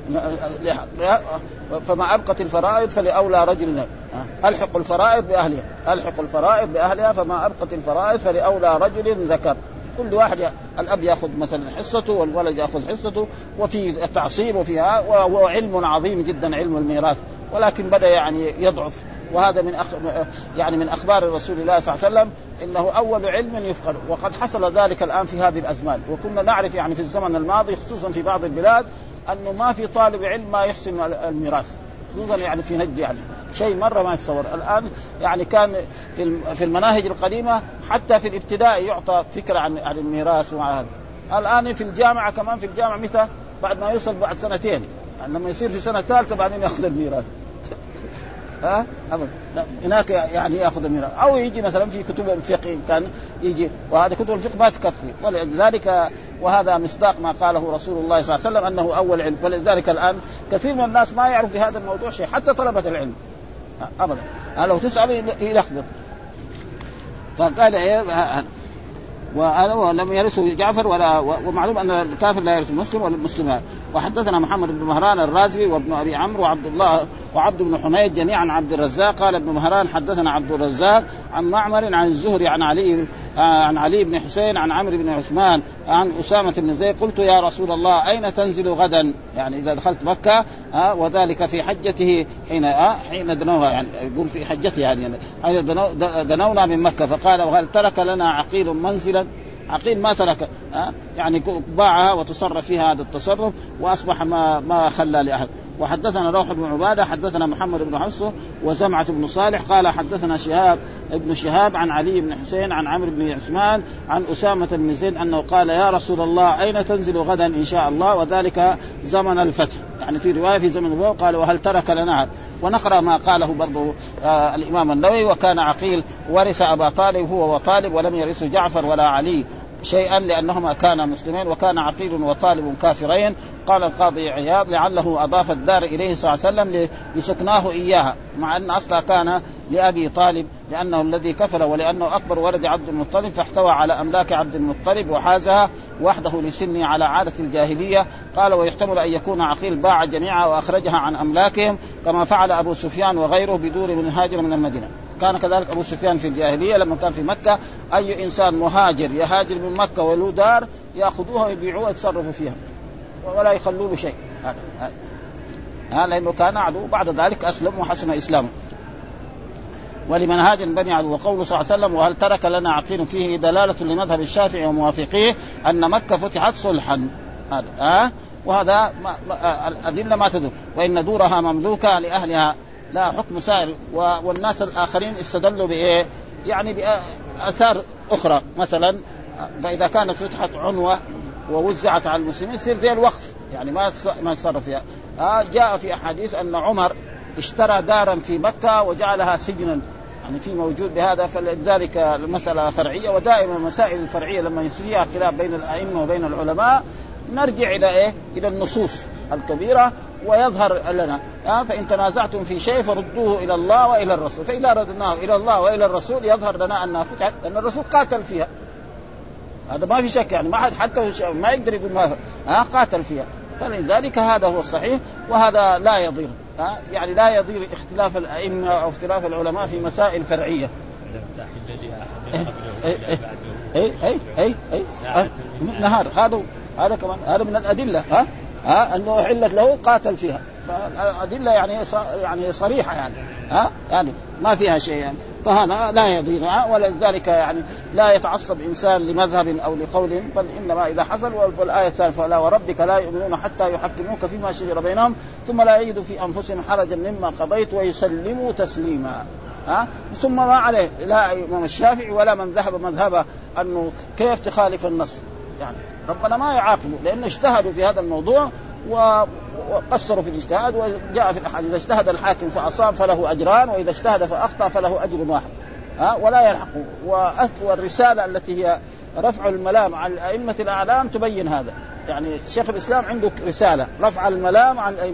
فما أبقت الفرائض فلأولى رجل ذكر. ألحق الفرائض بأهلها ألحق الفرائض بأهلها فما أبقت الفرائض فلأولى رجل ذكر. كل واحد الأب يأخذ مثلا حصته والولد يأخذ حصته، وفي تعصيب وفيها، وهو علم عظيم جدا علم الميراث، ولكن بدأ يعني يضعف. وهذا من أخ... يعني من أخبار رسول الله صلى الله عليه وسلم إنه أول علم يفقد، وقد حصل ذلك الآن في هذه الأزمان. وكنا نعرف يعني في الزمن الماضي خصوصا في بعض البلاد أنه ما في طالب علم ما يحسن الميراث، خصوصا يعني في نجد يعني شيء مرة ما يتصور. الآن يعني كان في المناهج القديمة حتى في الابتدائي يعطى فكرة عن عن الميراث ومع هذا. الآن في الجامعة كمان في الجامعة متى بعد ما يوصل بعد سنتين، يعني لما يصير في سنة ثالثة بعدين يأخذ الميراث. ها أبدا هناك يعني يأخذ الميراث. أو يجي مثلا في كتب الفقه كان يجي، وهذه كتب الفقه ما تكفي، ولذلك وهذا مصداق ما قاله رسول الله صلى الله عليه وسلم أنه أول علم. فلذلك الآن كثير من الناس ما يعرف في هذا الموضوع شيء، حتى طلبة العلم أبدا لو تسأل يلخبط. فقال إيه ولم يرثه جعفر ولا، ومعلوم أن الكافر لا يرث المسلم ولا المسلمات. وحدثنا محمد بن مهران الرازي وابن أبي عمرو وعبد الله وعبد بن حميد جميعا عن عبد الرزاق. قال ابن مهران حدثنا عبد الرزاق عن معمر عن الزهري عن علي عن علي بن حسين عن عمرو بن عثمان عن أسامة بن زيد قلت يا رسول الله أين تنزل غدا، يعني إذا دخلت مكة، وذلك في حجته حين حين دنوها، يعني يقول في حجته يعني حين دنونا من مكة. فقال وهل ترك لنا عقيل منزلا؟ عقيل ما ترك، يعني باعها وتصرف فيها هذا التصرف وأصبح ما ما خلى لأحد. وحدثنا روح بن عبادة حدثنا محمد بن حفص وزمعة بن صالح قال حدثنا شهاب ابن شهاب عن علي بن حسين عن عمرو بن عثمان عن أسامة بن زيد أنه قال يا رسول الله أين تنزل غدا إن شاء الله، وذلك زمن الفتح، يعني في رواية في زمن الفتح. قال وهل ترك لنا؟ ونقرأ ما قاله برضو آه الإمام النووي وكان عقيل ورث أبا طالب هو وطالب ولم يرث جعفر ولا علي شيئا لأنهما كانا مسلمين، وكان عقيل وطالب كافرين. قال القاضي عياض لعله أضاف الدار إليه صلى الله عليه وسلم لسكناه إياها، مع أن أصلا كان لأبي طالب لأنه الذي كفل، ولأنه أكبر ولد عبد المطلب فاحتوى على أملاك عبد المطلب وحازها وحده لسنه على عادة الجاهلية. قال ويحتمل أن يكون عقيل باع جميعها وأخرجها عن أملاكهم كما فعل أبو سفيان وغيره بدور من هاجر من المدينة. كان كذلك أبو سفيان في الجاهلية لما كان في مكة أي إنسان مهاجر يهاجر من مكة وله دار يأخذوها ويبيعوها ويتصرفوا فيها ولا يخلوا له شيء، ها لأنه كان عدو. بعد ذلك أسلم وحسن إسلامه. ولمن هاجر بني عدو. وقوله صلى الله عليه وسلم وهل ترك لنا عقيل فيه دلالة لمذهب الشافعي وموافقيه أن مكة فتحت صلحا، هذا ها وهذا الأدلة ما تدل. وإن دورها مملوكة لأهلها لا حكم سائر. والناس الآخرين استدلوا بإيه؟ يعني بآثار أخرى، مثلا فإذا كانت فتحت عنوة ووزعت على المسلمين يصير زي الوقف، يعني ما ما يتصرف فيها. آه جاء في أحاديث أن عمر اشترى دارا في مكة وجعلها سجنا، يعني في موجود بهذا. فلذلك المسألة فرعية، ودائما المسائل الفرعية لما يصير خلاف بين الأئمة وبين العلماء نرجع إلى إيه؟ إلى النصوص الكبيرة ويظهر لنا. آه فإن تنازعتم في شيء فردوه إلى الله وإلى الرسول، فإذا ردناه إلى الله وإلى الرسول يظهر لنا أنها فتحت، لأن الرسول قاتل فيها، هذا ما في شك، يعني ما حد حتى ما يقدر يقول ما آه قاتل فيها. فلذلك هذا هو الصحيح، وهذا لا يضير، آه يعني لا يضير اختلاف الأئمة أو اختلاف العلماء في مسائل فرعية. أي أي أي أي نهار هذا هذا كمان هذا من الأدلة، ها ها أنه حلت له قاتل فيها. فالأدلة يعني يعني صريحة، يعني ها يعني ما فيها شيء يعني. فهذا لا يضير، ولذلك يعني لا يتعصب إنسان لمذهب أو لقول، بل إنما إذا حصل. والآية الثالثة فلا وربك لا يؤمنون حتى يحكموك فيما شجر بينهم ثم لا يجدوا في أنفسهم حرجا مما قضيت ويسلموا تسليما. ها ثم ما عليه لا إمام الشافعي ولا من ذهب مذهبه أنه كيف تخالف النص، يعني ربنا ما يعاقبه لأنه اجتهدوا في هذا الموضوع وقصروا في الاجتهاد. وجاء في الأحاديث إذا اجتهد الحاكم فأصاب فله أجران، وإذا اجتهد فأخطأ فله أجر واحد، ها ولا يلحقه. والرسالة التي هي رفع الملام عن الأئمة الأعلام تبين هذا. يعني شيخ الإسلام عنده رسالة رفع الملام عن الأئمة،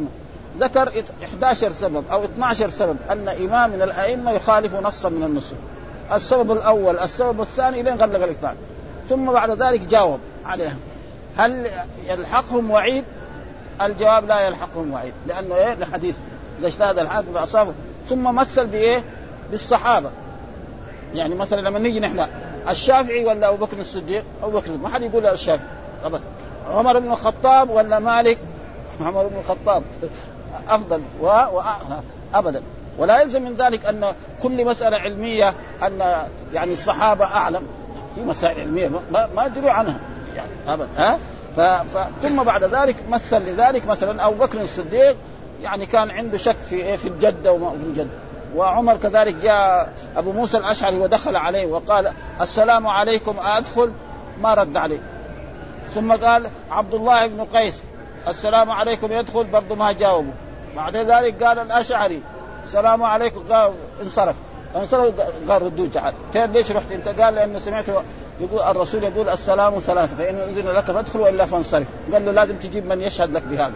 ذكر إحدى عشر سبب أو اثنا عشر سبب أن إمام من الأئمة يخالف نصا من النصوص. السبب الأول السبب الثاني لين غلق الاثنان، ثم بعد ذلك جاوب عليها. هل يلحقهم وعيد؟ الجواب لا يلحقهم وعيد، لأنه إيه الحديث إذا اجتهد الحاكم فأصابه. ثم مثل بإيه؟ بالصحابة. يعني مثلا لما نيجي نحن الشافعي ولا أبو بكر الصديق؟ أبو بكر، ما حد يقول الشافعي أبدا. عمر بن الخطاب ولا مالك؟ عمر بن الخطاب أفضل و... و... أبدا. ولا يلزم من ذلك أن كل مسألة علمية أن يعني الصحابة أعلم في مسائل علمية ما, ما يدروا عنها يعني أبدا. ها؟ ف... ف... ثم بعد ذلك مثل لذلك مثلا أبو بكر الصديق يعني كان عنده شك في في الجدة وما في الجدة. وعمر كذلك جاء أبو موسى الأشعري ودخل عليه وقال السلام عليكم أدخل، ما رد عليه. ثم قال عبد الله بن قيس السلام عليكم يدخل، برضو ما جاوبه. بعد ذلك قال الأشعري السلام عليكم، قال انصرف انصرف قال ردوا تعال. تين ليش رحت انت؟ قال لأنه سمعت يقول الرسول يقول السلام ثلاثة فإن أذن لك فادخل وإلا فانصرف. قال له لازم تجيب من يشهد لك بهذا.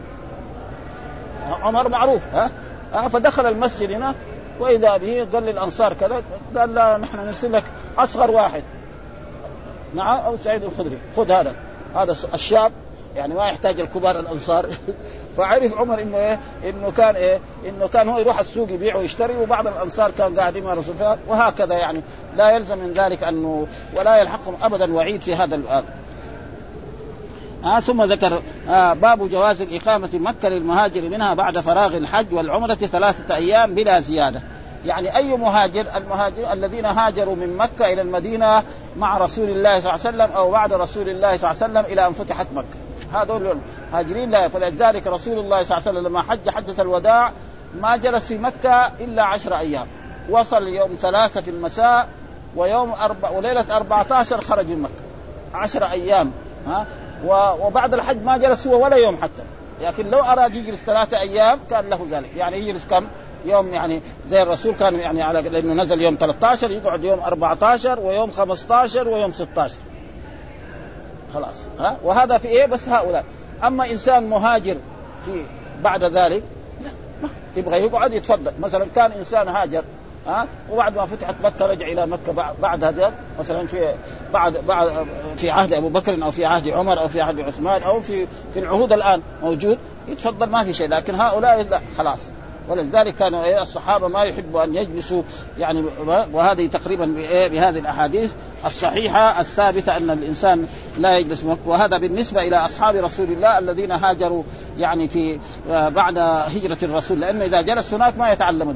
عمر معروف ها أه فدخل المسجد هنا وإذا به قال للأنصار كذا، قال لا نحن نرسل لك أصغر واحد نعم أو سعيد الخدري، خذ هذا هذا الشاب يعني ما يحتاج الكبار الأنصار. فعرف عمر إنه إيه إنه كان إيه إنه كان هو يروح السوق يبيع ويشتري، وبعض الأنصار كان قاعدين مع الرسول، وهكذا يعني لا يلزم من ذلك أنه ولا يلحقهم أبدا وعيد في هذا الآن. آه ثم ذكر آه باب جواز الإقامة مكة للمهاجر منها بعد فراغ الحج والعمرة ثلاثة أيام بلا زيادة. يعني أي مهاجر؟ المهاجر الذين هاجروا من مكة إلى المدينة مع رسول الله صلى الله عليه وسلم أو بعد رسول الله صلى الله عليه وسلم إلى أن فتحت مكة، هذول هاجرين. لا فلذلك رسول الله صلى الله عليه وسلم لما حج حجة الوداع ما جلس في مكة إلا عشر أيام، وصل يوم ثلاثة في المساء ويوم أربع وليلة أربعة عشر خرج من مكة، عشر أيام. ها وبعد الحج ما جلس هو ولا يوم حتى، لكن لو أراد يجلس ثلاثة أيام كان له ذلك. يعني يجلس كم يوم؟ يعني زي الرسول كان يعني على لأنه نزل يوم ثلاثة عشر يقعد يوم أربعة عشر ويوم خمسة عشر ويوم ستة عشر خلاص. ها وهذا في إيه بس هؤلاء. أما إنسان مهاجر في بعد ذلك لا ما يبغى يقعد يتفضل. مثلا كان إنسان هاجر ها وبعد ما فتحت مكة رجع إلى مكة بعد هذا مثلا في بعد بعد في عهد أبو بكر أو في عهد عمر أو في عهد عثمان أو في في العهود الآن موجود يتفضل ما في شيء. لكن هؤلاء لا خلاص. ولذلك كانوا الصحابة ما يحبوا أن يجلسوا يعني. وهذه تقريبا بهذه الأحاديث الصحيحة الثابتة أن الإنسان لا يجلس مكة. وهذا بالنسبة إلى أصحاب رسول الله الذين هاجروا يعني في بعد هجرة الرسول، لأنه إذا جلس هناك ما يتعلم.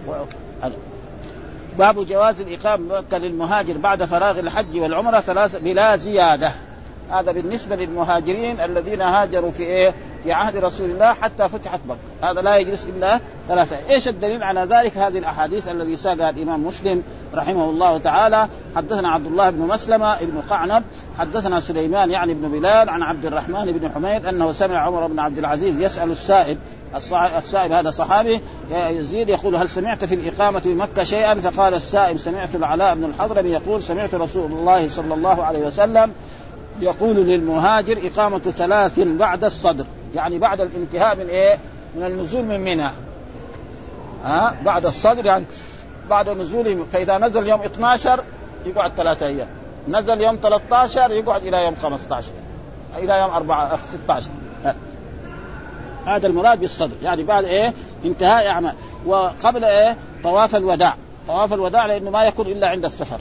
باب جواز الإقامة مكة للمهاجر بعد فراغ الحج والعمرة ثلاثة بلا زيادة. هذا بالنسبة للمهاجرين الذين هاجروا في إيه في عهد رسول الله حتى فتحت مكة، هذا لا يجلس إلا ثلاثة. إيش الدليل على ذلك؟ هذه الأحاديث الذي ساقها الإمام مسلم رحمه الله تعالى. حدثنا عبد الله بن مسلمة ابن قعنب حدثنا سليمان يعني ابن بلال عن عبد الرحمن بن حميد أنه سمع عمر بن عبد العزيز يسأل السائب السائب هذا صحابي يزيد يقول هل سمعت في الإقامة بمكة شيئا؟ فقال السائب سمعت العلاء بن الحضرمي يقول سمعت رسول الله صلى الله عليه وسلم يقول للمهاجر إقامة ثلاث بعد الصدر، يعني بعد الانتهاء من إيه من النزول من منى. ها بعد الصدر يعني بعد نزوله. فإذا نزل يوم اثني عشر يقعد ثلاثة أيام، نزل يوم ثلاثة عشر يقعد إلى يوم خمسة عشر إلى يوم أربعة ستة عشر. هذا المراد بالصدر يعني بعد إيه انتهاء أعمال وقبل إيه طواف الوداع. طواف الوداع لأنه ما يكون إلا عند السفر.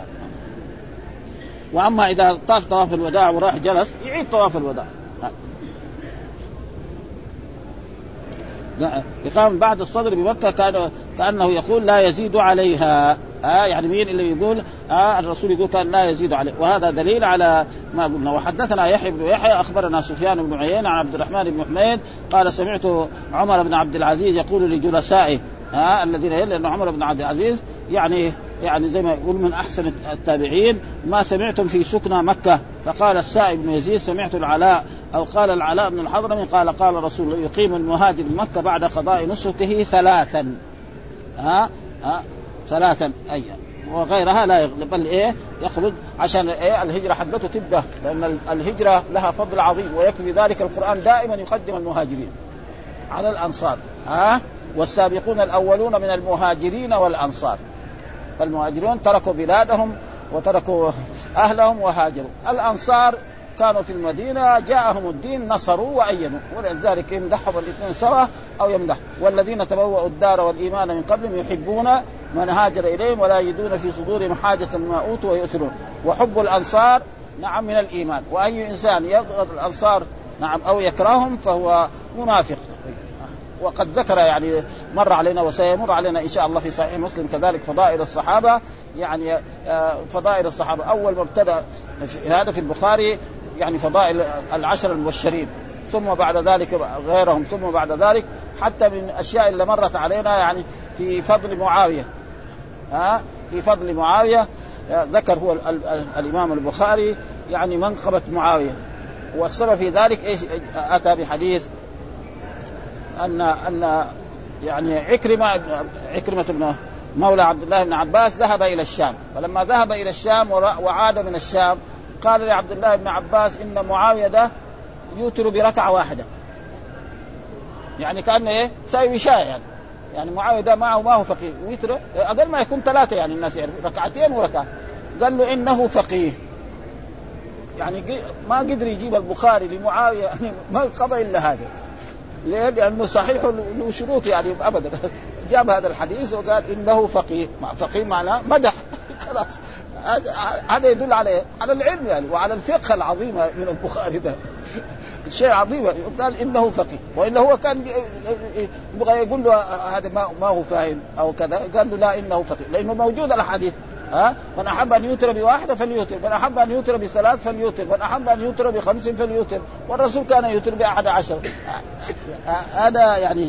وأما إذا طاف طواف الوداع وراح جلس يعيد طواف الوداع. إقامة بعد الصدر بمكة كان كأنه يقول لا يزيد عليها. آه يعني مين اللي يقول؟ آه الرسول يقول كان لا يزيد عليه. وهذا دليل على ما قلنا. وحدثنا يحيى بن يحيى أخبرنا سفيان بن عيينة عن عبد الرحمن بن حميد قال سمعت عمر بن عبد العزيز يقول لجلسائه آه الذين لأن عمر بن عبد العزيز يعني يعني زي ما يقول من أحسن التابعين ما سمعتم في سكنى مكة. فقال السائب بن يزيد سمعت العلاء أو قال العلاء بن الحضرمي قال قال رسول الله يقيم المهاجر مكة بعد قضاء نسكه ثلاثا ها ها ثلاثا أيام وغيرها لا يغلب بل إيه يخرج عشان إيه الهجرة حقته تبدأ، لأن الهجرة لها فضل عظيم ويكفي ذلك القرآن دائما يقدم المهاجرين على الأنصار ها. والسابقون الأولون من المهاجرين والأنصار، فالمهاجرون تركوا بلادهم وتركوا أهلهم وهاجروا. الأنصار كانوا في المدينة، جاءهم الدين نصروا وأيدوا، ولذلك يمدحهم الاثنين سوا أو يمدح. والذين تبوأوا الدار والإيمان من قبلهم يحبون من هاجر إليهم ولا يجدون في صدورهم حاجة مما أوتوا ويؤثرون. وحب الأنصار نعم من الإيمان، وأي إنسان يبغض الأنصار نعم أو يكرههم فهو منافق. وقد ذكر يعني مر علينا وسيمر علينا إن شاء الله في صحيح مسلم كذلك فضائل الصحابة، يعني فضائل الصحابة أول ما ابتدأ هذا في البخاري يعني فضائل العشر المبشرين، ثم بعد ذلك غيرهم، ثم بعد ذلك حتى من الأشياء اللي مرت علينا يعني في فضل معاوية ها في فضل معاوية ذكر هو ال ال ال الإمام البخاري يعني منقبة معاوية. والسبب في ذلك إيش؟ أتى بحديث أن أن يعني عكرمة عكرمة ابن مولى عبد الله بن عباس ذهب إلى الشام، فلما ذهب إلى الشام وعاد من الشام قال لعبد الله بن عباس إن معاوية ده يوتر بركعة واحدة، يعني كأنه إيه ساوي شاي يعني يعني معاوية ده معه ما هو فقيه، ويتر أقل ما يكون ثلاثة يعني الناس يعرف ركعتين وركعة. قال له إنه فقيه، يعني ما قدر يجيب البخاري لمعاوية يعني ما قبل إلا هذا، ليه؟ لأنه صحيح له شروط يعني أبدا. جاب هذا الحديث وقال إنه فقيه، مع فقيه معناه مدح خلاص. هذا يدل على على العلم يعني وعلى الفقه العظيم من البخاري، ده شيء عظيم. قال إنه فقيه، وإلا هو كان يبغى يقول له هذا ما ما هو فاهم أو كذا، قال له لا إنه فقيه، لأنه موجود الحديث ها من أحب أن يوتر بواحدة فليوتر، من أحب أن يوتر بثلاث فليوتر، من أحب أن يوتر بخمس فليوتر، والرسول كان يوتر بأحد عشر. هذا يعني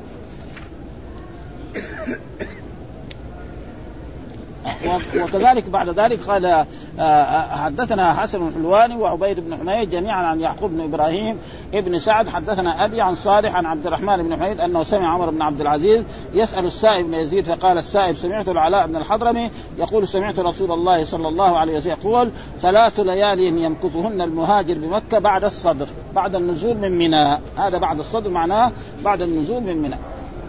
وكذلك بعد ذلك قال حدثنا حسن الحلواني وعبيد بن حميد جميعا عن يعقوب بن إبراهيم ابن سعد حدثنا أبي عن صالح عن عبد الرحمن بن حميد أنه سمع عمر بن عبد العزيز يسأل السائب بن يزيد فقال السائب سمعت العلاء بن الحضرمي يقول سمعت رسول الله صلى الله عليه وسلم يقول ثلاث ليال يمكثهن المهاجر بمكة بعد الصدر، بعد النزول من منى. هذا بعد الصدر معناه بعد النزول من منى.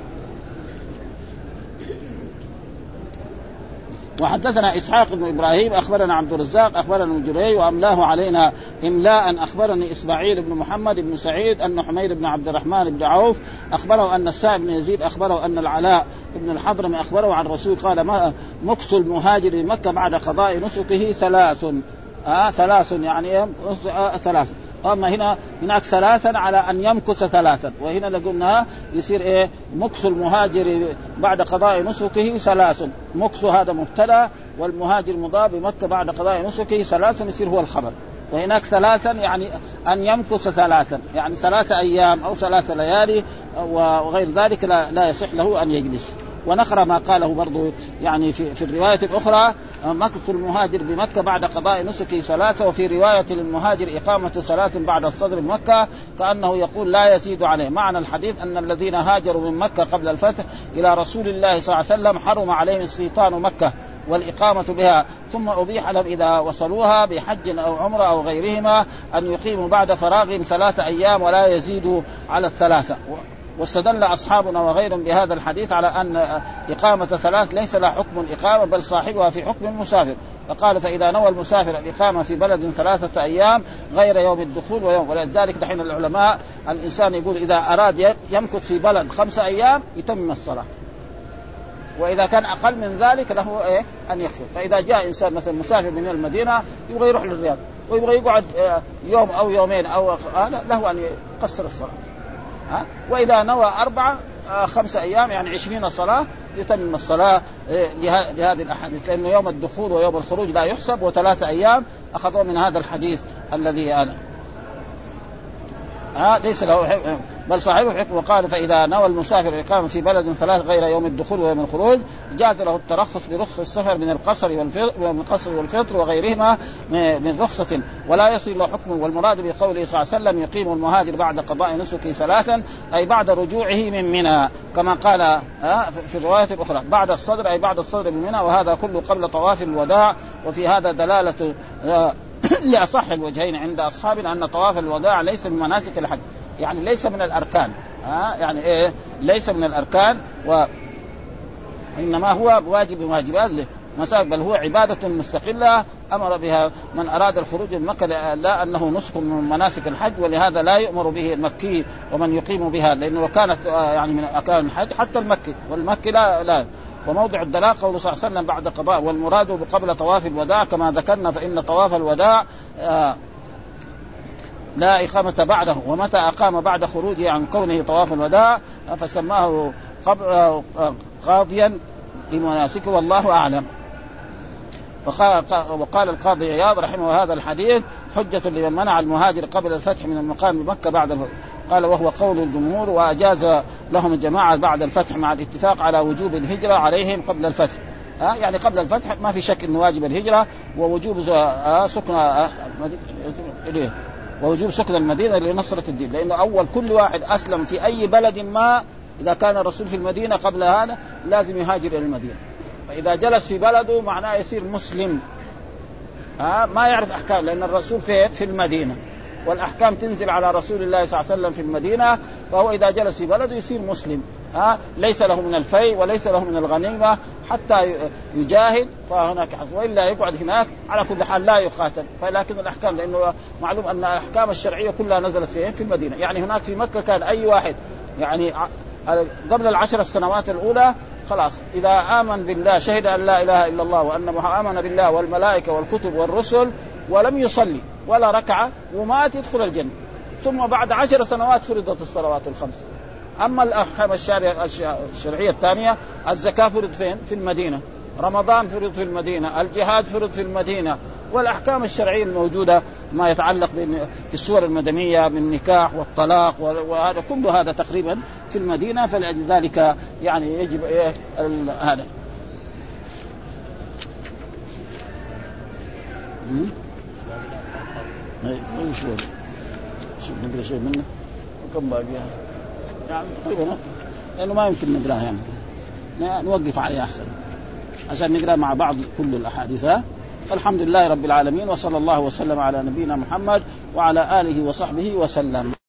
وحدثنا إسحاق بن إبراهيم أخبرنا عبد الرزاق أخبرنا ابن جريج وأملاه علينا إملاء أخبرني إسماعيل بن محمد بن سعيد أن حميد بن عبد الرحمن بن عوف أخبره أن السائب بن يزيد أخبره أن العلاء بن الحضرمي أخبره عن الرسول قال ما مكث المهاجر لمكة بعد قضاء نسكه ثلاث آه ثلاث يعني آه ثلاث. أما هنا هناك ثلاثا على أن يمكث ثلاثا، وهنا لقلنا يصير إيه مكث المهاجر بعد قضاء نسكه ثلاث. مكث هذا مبتدأ والمهاجر مضاف بمكة بعد قضاء نسكه ثلاثا يصير هو الخبر، وهناك ثلاثا يعني أن يمكث ثلاثا يعني ثلاثة أيام أو ثلاثة ليالي وغير ذلك لا, لا يصح له أن يجلس. ونقرأ ما قاله برضو يعني في, في الرواية الأخرى مكث المهاجر بمكة بعد قضاء نسكه ثلاثة، وفي رواية للمهاجر إقامة ثلاث بعد الصدر بمكة كأنه يقول لا يزيد عليه. معنى الحديث أن الذين هاجروا من مكة قبل الفتح إلى رسول الله صلى الله عليه وسلم حرم عليهم استيطان مكة والإقامة بها، ثم أبيح لهم إذا وصلوها بحج أو عمرة أو غيرهما أن يقيموا بعد فراغهم ثلاثة أيام ولا يزيدوا على الثلاثة. واستدل أصحابنا وغيرهم بهذا الحديث على أن إقامة ثلاث ليس لها حكم الإقامة بل صاحبها في حكم المسافر، فقال فإذا نوى المسافر الإقامة في بلد ثلاثة أيام غير يوم الدخول ويوم. ولذلك دحين العلماء الإنسان يقول إذا أراد يمكث في بلد خمسة أيام يتم الصلاة، وإذا كان أقل من ذلك له إيه أن يكفر. فإذا جاء إنسان مثلا مسافر من المدينة يبغى يروح للرياض ويبغى يقعد يوم أو يومين أو له أن يقصر الصلاة. ها؟ وإذا نوى أربعة آه خمسة أيام يعني عشرين صلاة يتم الصلاة لهذه الأحاديث، لأنه يوم الدخول ويوم الخروج لا يحسب، وثلاثة أيام أخذوا من هذا الحديث الذي أنا ها ليس له بل صاحبه حكم. وقال فإذا نوى المسافر الإقامة في بلد ثلاث غير يوم الدخول ويوم الخروج جاز له الترخص برخص السفر من القصر والفطر من القصر والفطر وغيرهما من رخصة ولا يصل له حكم. والمراد بقوله صلى الله عليه وسلم يقيم المهاجر بعد قضاء نسكه ثلاثا أي بعد رجوعه من منى، كما قال في الرواية الأخرى بعد الصدر أي بعد الصدر من منى، وهذا كله قبل طواف الوداع. وفي هذا دلالة لأصح الوجهين عند أصحابنا أن طواف الوداع ليس من مناسك الحج، يعني ليس من الأركان، ها يعني إيه ليس من الأركان، وإنما هو واجب واجبات مساجد، بل هو عبادة مستقلة أمر بها من أراد الخروج من مكة، لا أنه نسك من مناسك الحج، ولهذا لا يؤمر به المكي ومن يقيم بها، لأنه كانت يعني من أركان الحج حتى المكي، والمكي لا لا. وموضع الدلاء قوله صلى الله عليه وسلم بعد قضاء، والمراد قبل طواف الوداع كما ذكرنا، فإن طواف الوداع آه لا إقامة بعده، ومتى أقام بعد خروجه عن كونه طواف الوداع فسماه قاضيا لمناسكه، والله أعلم. وقال, وقال القاضي عياض رحمه هذا الحديث حجة لمن منع المهاجر قبل الفتح من المقام بمكة بعد الفتح. قال وهو قول الجمهور، وأجاز لهم الجماعة بعد الفتح مع الاتفاق على وجوب الهجرة عليهم قبل الفتح. ها يعني قبل الفتح ما في شك إنه واجب الهجرة ووجوب سكن إليه ووجوب سكن المدينة لنصرة الدين، لأنه أول كل واحد أسلم في أي بلد ما إذا كان الرسول في المدينة قبل هذا لازم يهاجر إلى المدينة، فإذا جلس في بلده معناه يصير مسلم، ها ما يعرف أحكام، لأن الرسول في في المدينة والأحكام تنزل على رسول الله صلى الله عليه وسلم في المدينة، فهو إذا جلس في بلده يصير مسلم، ها ليس له من الفيء وليس له من الغنيمة حتى يجاهد، فهناك وإلا يقعد هناك على كل حال لا يقاتل. فلكن الأحكام لأنه معلوم أن الأحكام الشرعية كلها نزلت في في المدينة، يعني هناك في مكة كان أي واحد يعني قبل العشر السنوات الأولى خلاص إذا آمن بالله شهد أن لا إله إلا الله وأن محمد آمن بالله والملائكة والكتب والرسل ولم يصلي ولا ركعة ومات يدخل الجنة، ثم بعد عشر سنوات فرضت الصلوات الخمس. أما الأحكام الشرعية الثانية الزكاة فرض فين؟ في المدينة، رمضان فرض في المدينة، الجهاد فرض في المدينة، والأحكام الشرعية الموجودة ما يتعلق بالسور المدنية من نكاح والطلاق وهذا كل هذا تقريبا في المدينة، فلذلك يعني يجب هذا. شوف شوف نقرأ شيء منه وكم باقيها يعني تقريبا، لأنه ما يمكن نقرأها يعني نوقف عليها أحسن عشان نقرأ مع بعض كل الأحاديث. الحمد لله رب العالمين، وصلى الله وسلم على نبينا محمد وعلى آله وصحبه وسلم.